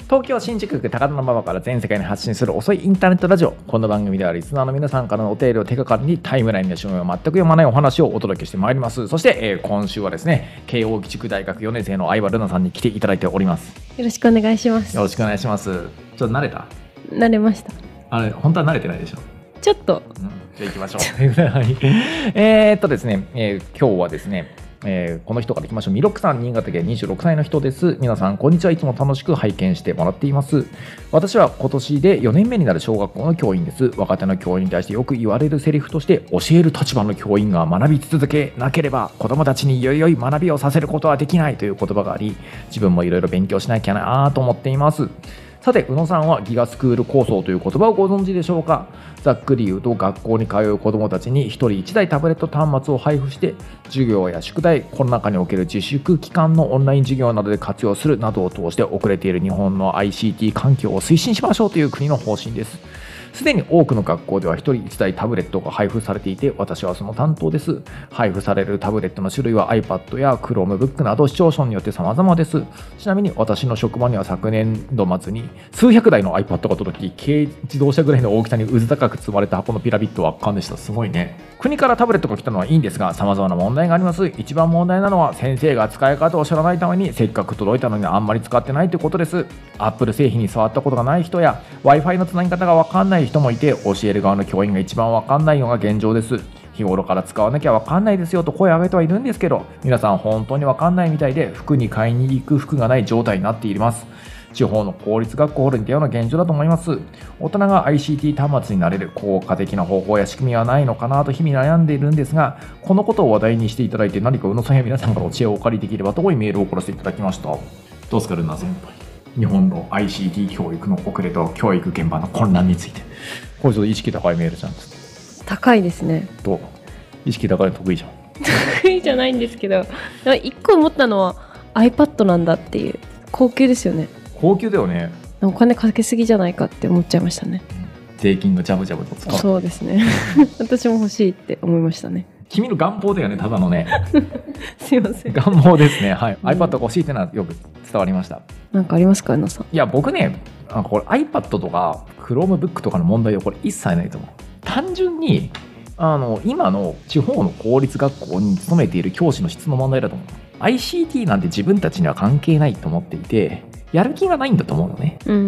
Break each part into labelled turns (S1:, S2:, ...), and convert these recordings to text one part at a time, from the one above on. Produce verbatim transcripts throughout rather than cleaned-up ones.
S1: 東京新宿区高田馬場から全世界に発信する遅いインターネットラジオ。この番組ではリスナーの皆さんからのお便りを手がかりにタイムラインの趣味を全く読まないお話をお届けしてまいります。そして、えー、今週はですね、慶応義塾大学よねん生の相葉ルナさんに来ていただいております。
S2: よろしくお願いします。
S1: よろしくお願いします。ちょっと慣れた？
S2: 慣れました。
S1: あれ本当は慣れてないでしょ？
S2: ちょっと、
S1: うん、じゃあ行きましょう。えーっとですね、えー、今日はですね、えー、この人からいきましょう。ミロックさん、新潟県にじゅうろくさいの人です。皆さんこんにちは。いつも楽しく拝見してもらっています。私は今年でよねんめになる小学校の教員です。若手の教員に対してよく言われるセリフとして、教える立場の教員が学び続けなければ子どもたちによいよい学びをさせることはできないという言葉があり、自分もいろいろ勉強しなきゃなと思っています。さて、宇野さんはギガスクール構想という言葉をご存知でしょうか？ざっくり言うと、学校に通う子どもたちにひとりいちだいタブレット端末を配布して、授業や宿題、コロナ禍における自粛期間のオンライン授業などで活用するなどを通して、遅れている日本の アイシーティー 環境を推進しましょうという国の方針です。すでに多くの学校ではひとりいちだいタブレットが配布されていて、私はその担当です。配布されるタブレットの種類は iPad や Chromebook など視聴者によって様々です。ちなみに私の職場には昨年度末に数百台の iPad が届き、軽自動車ぐらいの大きさにうず高く積まれた箱のピラミッドは圧巻でした。すごいね。国からタブレットが来たのはいいんですが、様々な問題があります。一番問題なのは先生が使い方を知らないために、せっかく届いたのにあんまり使ってないということです。Apple 製品に触ったことがない人や Wi-Fi のつなぎ方がわかんない人もいて、教える側の教員が一番わかんないのが現状です。日頃から使わなきゃわかんないですよと声を上げてはいるんですけど、皆さん本当にわかんないみたいで、服に買いに行く服がない状態になっています。地方の公立学校に似たような現状だと思います。大人が アイシーティー 端末になれる効果的な方法や仕組みはないのかなと日々悩んでいるんですが、このことを話題にしていただいて、何か宇野さんや皆さんからお知恵をお借りできればと思いメールを送らせていただきました。どうですか、ルナ先輩。日本の アイシーティー 教育の遅れと教育現場の混乱について。これちょっと意識高いメールじゃん。
S2: 高いですね。
S1: どう？意識高いの得意じゃん。
S2: 得意じゃないんですけど、一個思ったのは iPad なんだっていう。高級ですよね。
S1: 高級だよね。
S2: お金かけすぎじゃないかって思っちゃいましたね。
S1: 税金のジャブジャブと使う。
S2: そうですね。私も欲しいって思いましたね。
S1: 君の願望だよね、ただのね。
S2: すいません。
S1: 願望ですね。はい。うん、iPad が欲しいってのはよく伝わりました。
S2: なんかありますか、宇野さん。
S1: いや、僕ね、あこれ iPad とか Chromebook とかの問題はこれ一切ないと思う。単純にあの今の地方の公立学校に勤めている教師の質の問題だと思う。アイシーティー なんて自分たちには関係ないと思っていて、やる気がないんだと思うのね。
S2: うん、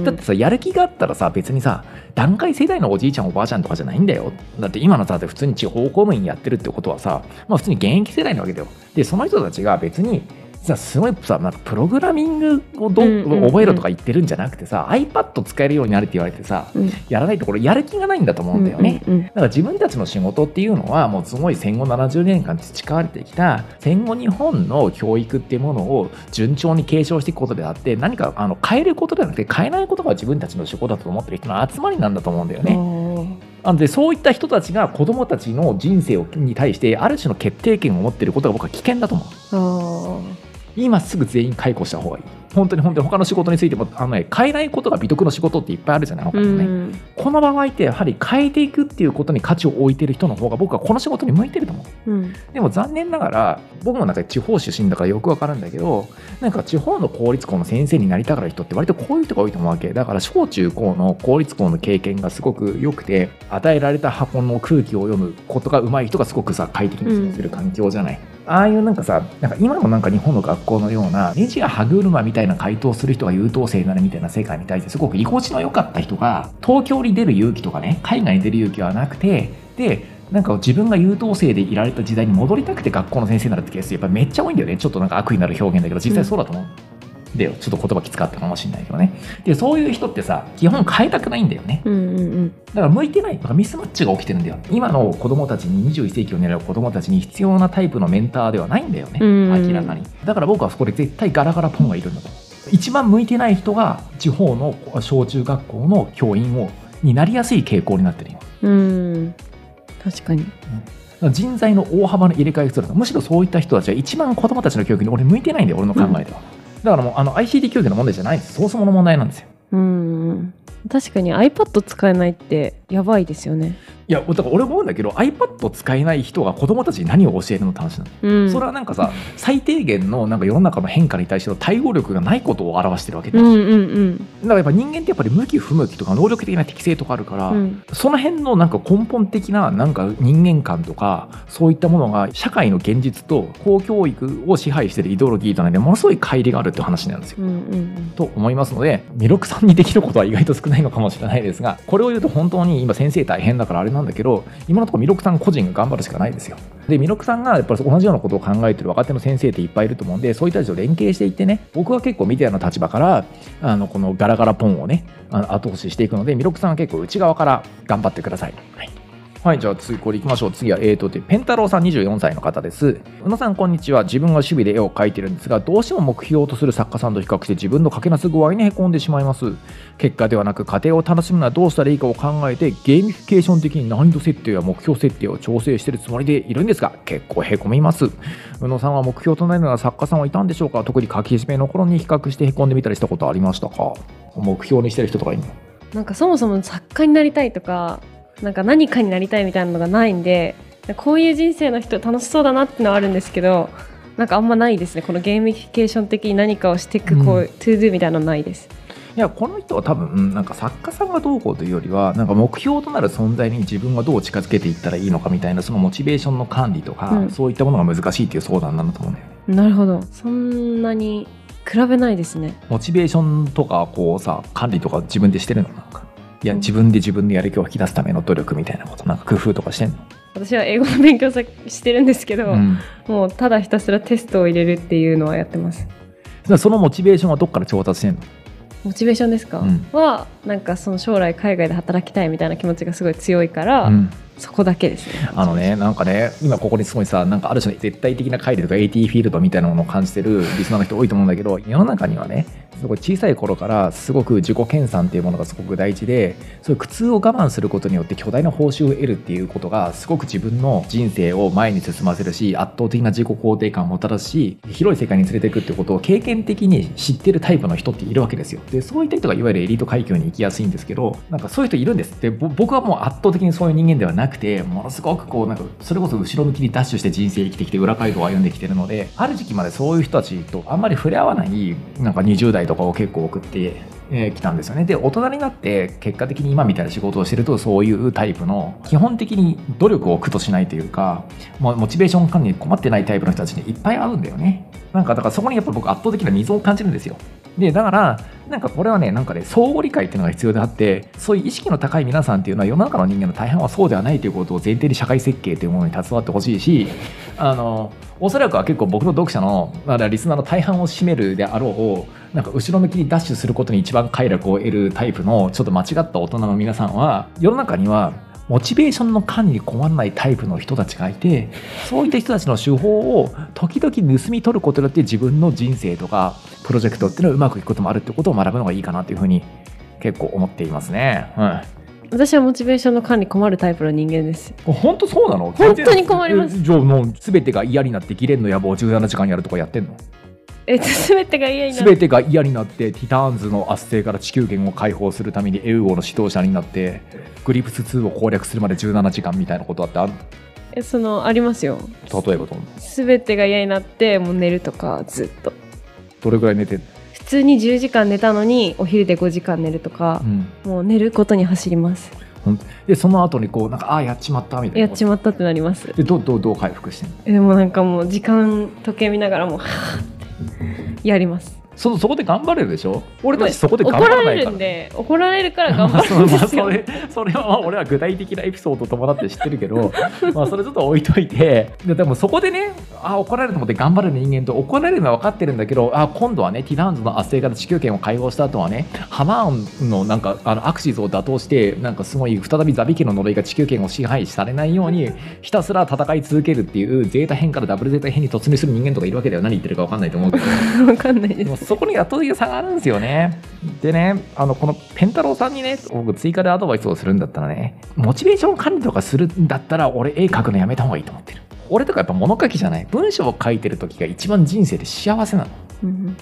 S1: だってさ、やる気があったらさ、別にさ、団塊世代のおじいちゃんおばあちゃんとかじゃないんだよ。だって今のさ、普通に地方公務員やってるってことはさ、まあ普通に現役世代なわけだよ。でその人たちが別にさ、すごいさ、なんかプログラミングをど、うんうんうん、覚えろとか言ってるんじゃなくてさ、 iPad 使えるようになるって言われてさ、うん、やらないところやる気がないんだと思うんだよね、うんうんうん、だから自分たちの仕事っていうのはもうすごい戦後ななじゅうねんかん培われてきた戦後日本の教育っていうものを順調に継承していくことであって、何かあの変えることではなくて変えないことが自分たちの仕事だと思ってる人の集まりなんだと思うんだよね。なのでそういった人たちが子どもたちの人生に対してある種の決定権を持っていることが僕は危険だと思う。今すぐ全員解雇した方がいい。本当に本当に他の仕事についてもあの、ね、変えないことが美徳の仕事っていっぱいあるじゃない他にね、うん、この場合ってやはり変えていくっていうことに価値を置いている人の方が僕はこの仕事に向いてると思う、うん、でも残念ながら僕もなんか地方出身だからよくわかるんだけど、なんか地方の公立校の先生になりたがる人って割とこういう人が多いと思うわけだから、小中高の公立校の経験がすごく良くて、与えられた箱の空気を読むことが上手い人がすごくさ快適に過ごせる環境じゃない、うん、ああいうなんかさ、なんか今のなんか日本の学校のようなネジが歯車みたいな回答する人が優等生になるみたいな世界に対してすごく居心地の良かった人が東京に出る勇気とかね、海外に出る勇気はなくて、でなんか自分が優等生でいられた時代に戻りたくて学校の先生になるってケースやっぱめっちゃ多いんだよね。ちょっとなんか悪意のある表現だけど実際そうだと思う、うん、でちょっと言葉きつかったかもしれないけどね。でそういう人ってさ基本変えたくないんだよね、うんうんうん、だから向いてない、なんかミスマッチが起きてるんだよ。今の子供たちににじゅういっせいきを狙う子供たちに必要なタイプのメンターではないんだよね、明らかに。だから僕はそこで絶対ガラガラポンがいるんだと。一番向いてない人が地方の小中学校の教員をになりやすい傾向になってるよ。
S2: うん確かに、
S1: うん、人材の大幅な入れ替えが必要だ。むしろそういった人たちは一番子供たちの教育に俺向いてないんだよ、俺の考えでは、うん、だからもうあの アイシーティー 教育の問題じゃないんです。そもそもの問題なんですよ。
S2: うん確かに iPad 使えないってやばいですよね。
S1: いやだから俺思うんだけど iPad 使えない人が子供たちに何を教えるのって話なの、
S2: うん、
S1: それはなんかさ最低限のなんか世の中の変化に対しての対応力がないことを表してるわけだ、
S2: うんうんうん、
S1: だからやっぱ人間ってやっぱり向き不向きとか能力的な適性とかあるから、
S2: うん、
S1: その辺のなんか根本的ななんか人間観とかそういったものが社会の現実と公教育を支配しているイデオロギーとの間にものすごい乖離があるっていう話なんですよ、
S2: うんうんうん、
S1: と思いますので弥勒さんにできることは意外と少ないのかもしれないですが、これを言うと本当に今先生大変だからあれなんだけど、今のところ弥勒さん個人が頑張るしかないですよ。で弥勒さんがやっぱり同じようなことを考えている若手の先生っていっぱいいると思うんで、そういった人と連携していってね、僕は結構メディアの立場からあのこのガラガラポンをねあの後押ししていくので、弥勒さんは結構内側から頑張ってください。はい、はい、じゃあ次これいきましょう。次は、えーと、でペンタロウさんにじゅうよんさいの方です。宇野さんこんにちは。自分が趣味で絵を描いてるんですが、どうしても目標とする作家さんと比較して自分の描けなす具合にへこんでしまいます。結果ではなく過程を楽しむのはどうしたらいいかを考えてゲーミフィケーション的に難易度設定や目標設定を調整しているつもりでいるんですが、結構へこみます。宇野さんは目標となるような作家さんはいたんでしょうか。特に書き始めの頃に比較してへこんでみたりしたことありましたか。目標にしてる人とかいるの？
S2: なんかそもそも作家になりたいとかなんか何かになりたいみたいなのがないんで、こういう人生の人楽しそうだなってのはあるんですけど、なんかあんまないですね。このゲーミフィケーション的に何かをしていくこう、うん、トゥードゥみたいなのないです。
S1: いやこの人は多分なんか作家さんがどうこうというよりは、なんか目標となる存在に自分がどう近づけていったらいいのかみたいな、そのモチベーションの管理とか、うん、そういったものが難しいっていう相談なんだと思うんだよね。
S2: なるほど。そんなに比べないですね。
S1: モチベーションとかこうさ管理とか自分でしてるの？なんかいや自分で自分のやる気を引き出すための努力みたいなこと、なんか工夫とかしてんの？
S2: 私は英語の勉強してるんですけど、うん、もうただひたすらテストを入れるっていうのはやってます。
S1: そのモチベーションはどっから調達してんの？
S2: モチベーションですか、うん、はなんかその将来海外で働きたいみたいな気持ちがすごい強いから、うん、そこだけですね。あのねなんかね今ここにすごいさ、なんかある種の絶対的な乖離とか エーティー フィールドみたいなものを感じてるリスナーの人多いと思うんだけど、世の中にはねすごい小さい頃からすごく自己研鑽っていうものがすごく大事で、そういう苦痛を我慢することによって巨大な報酬を得るっていうことがすごく自分の人生を前に進ませるし、圧倒的な自己肯定感をもたらすし、広い世界に連れていくっていうことを経験的に知ってるタイプの人っているわけですよ。でそういった人がいわゆるエリート階級に行きやすいんですけど、なんかそういう人いるんです。で僕はもう圧倒的にそういう人間ではなくて、ものすごくこうなんかそれこそ後ろ向きにダッシュして人生生きてきて裏街道を歩んできてるので、ある時期までそういう人たちとあんまり触れ合わないなんかにじゅう代とかを結構送ってえー、来たんですよね。で大人になって結果的に今みたいな仕事をしてると、そういうタイプの基本的に努力を苦としないというか、もうモチベーション管理に困ってないタイプの人たちにいっぱい会うんだよね。なんかだからそこにやっぱ僕圧倒的な溝を感じるんですよ。でだからなんかこれはねなんかね相互理解っていうのが必要であって、そういう意識の高い皆さんっていうのは世の中の人間の大半はそうではないということを前提に社会設計というものに携わってほしいし、あのおそらくは結構僕の読者のリスナーの大半を占めるであろう、なんか後ろ向きにダッシュすることに一番快楽を得るタイプのちょっと間違った大人の皆さんは、世の中にはモチベーションの管理に困らないタイプの人たちがいて、そういった人たちの手法を時々盗み取ることによって自分の人生とかプロジェクトっていうのはうまくいくこともあるってことを学ぶのがいいかなというふうに結構思っていますね。うん、 私はモチベーションの管理困るタイプの人間です。
S1: 本当そうなの？
S2: 本当に困ります。
S1: じゃあもう全てが嫌になってギレンの野望をじゅうななじかんやるとかやってんの？
S2: えっと、全てが嫌になって
S1: 全てが嫌になってティターンズの圧政から地球圏を解放するためにエウゴの指導者になってグリプスツーを攻略するまでじゅうななじかんみたいなことってある？
S2: えそのありますよ。
S1: 例えばどんな？
S2: 全てが嫌になってもう寝るとか、ずっと
S1: どれぐらい寝てる？
S2: 普通にじゅうじかん寝たのにお昼でごじかん寝るとか、うん、もう寝ることに走ります。
S1: でその後にこうなんかあやっちまったみたいな、
S2: やっちまったってなります。
S1: でどうどうどう回復してんの？
S2: えでもなんかもう時間時計見ながらもうはーってやります。
S1: そ, そこで頑張れるでしょ。俺たちそこで頑張らないから。
S2: 怒られるんで怒られるから頑張るんですよ。
S1: まあ、そ, まあ、そ, れそれは俺は具体的なエピソードを伴って知ってるけどまあそれちょっと置いといて、ででもそこでねあ怒られると思って頑張る人間と、怒られるのは分かってるんだけど、あ今度はねティランズの圧政から地球圏を解放した後はねハマーンのなんかあのアクシズを打倒してなんかすごい再びザビ家の呪いが地球圏を支配されないようにひたすら戦い続けるっていうゼータ編からダブルゼータ編に突入する人間とかいるわけだよ。何言ってるか分かんないと思うけど
S2: 分かんないです。
S1: でもそこに圧倒的な差があるんですよね。でねあのこのペンタロウさんにね僕追加でアドバイスをするんだったらね、モチベーション管理とかするんだったら俺絵描くのやめた方がいいと思ってる。俺とかやっぱ物書きじゃない、文章を書いてる時が一番人生で幸せなの、うん、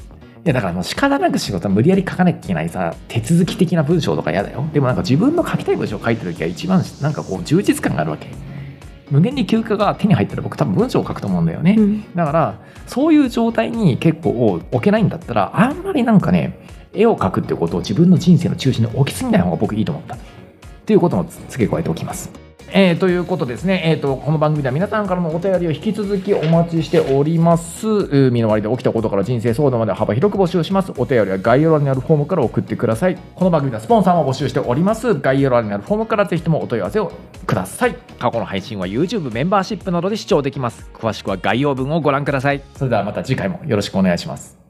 S1: やだからもう仕方なく仕事は無理やり書かなきゃいけないさ手続き的な文章とか嫌だよ。でもなんか自分の書きたい文章を書いてる時は一番なんかこう充実感があるわけ。無限に休暇が手に入ったら僕多分文章を書くと思うんだよね、うん、だからそういう状態に結構置けないんだったらあんまりなんかね絵を描くってことを自分の人生の中心に置きすぎない方が僕いいと思ったっていうことも付け加えておきます。えー、ということですね、えーと、この番組では皆さんからのお便りを引き続きお待ちしております。身の回りで起きたことから人生相談まで幅広く募集します。お便りは概要欄にあるフォームから送ってください。この番組ではスポンサーも募集しております。概要欄にあるフォームからぜひともお問い合わせをください。過去の配信は YouTube メンバーシップなどで視聴できます。詳しくは概要文をご覧ください。それではまた次回もよろしくお願いします。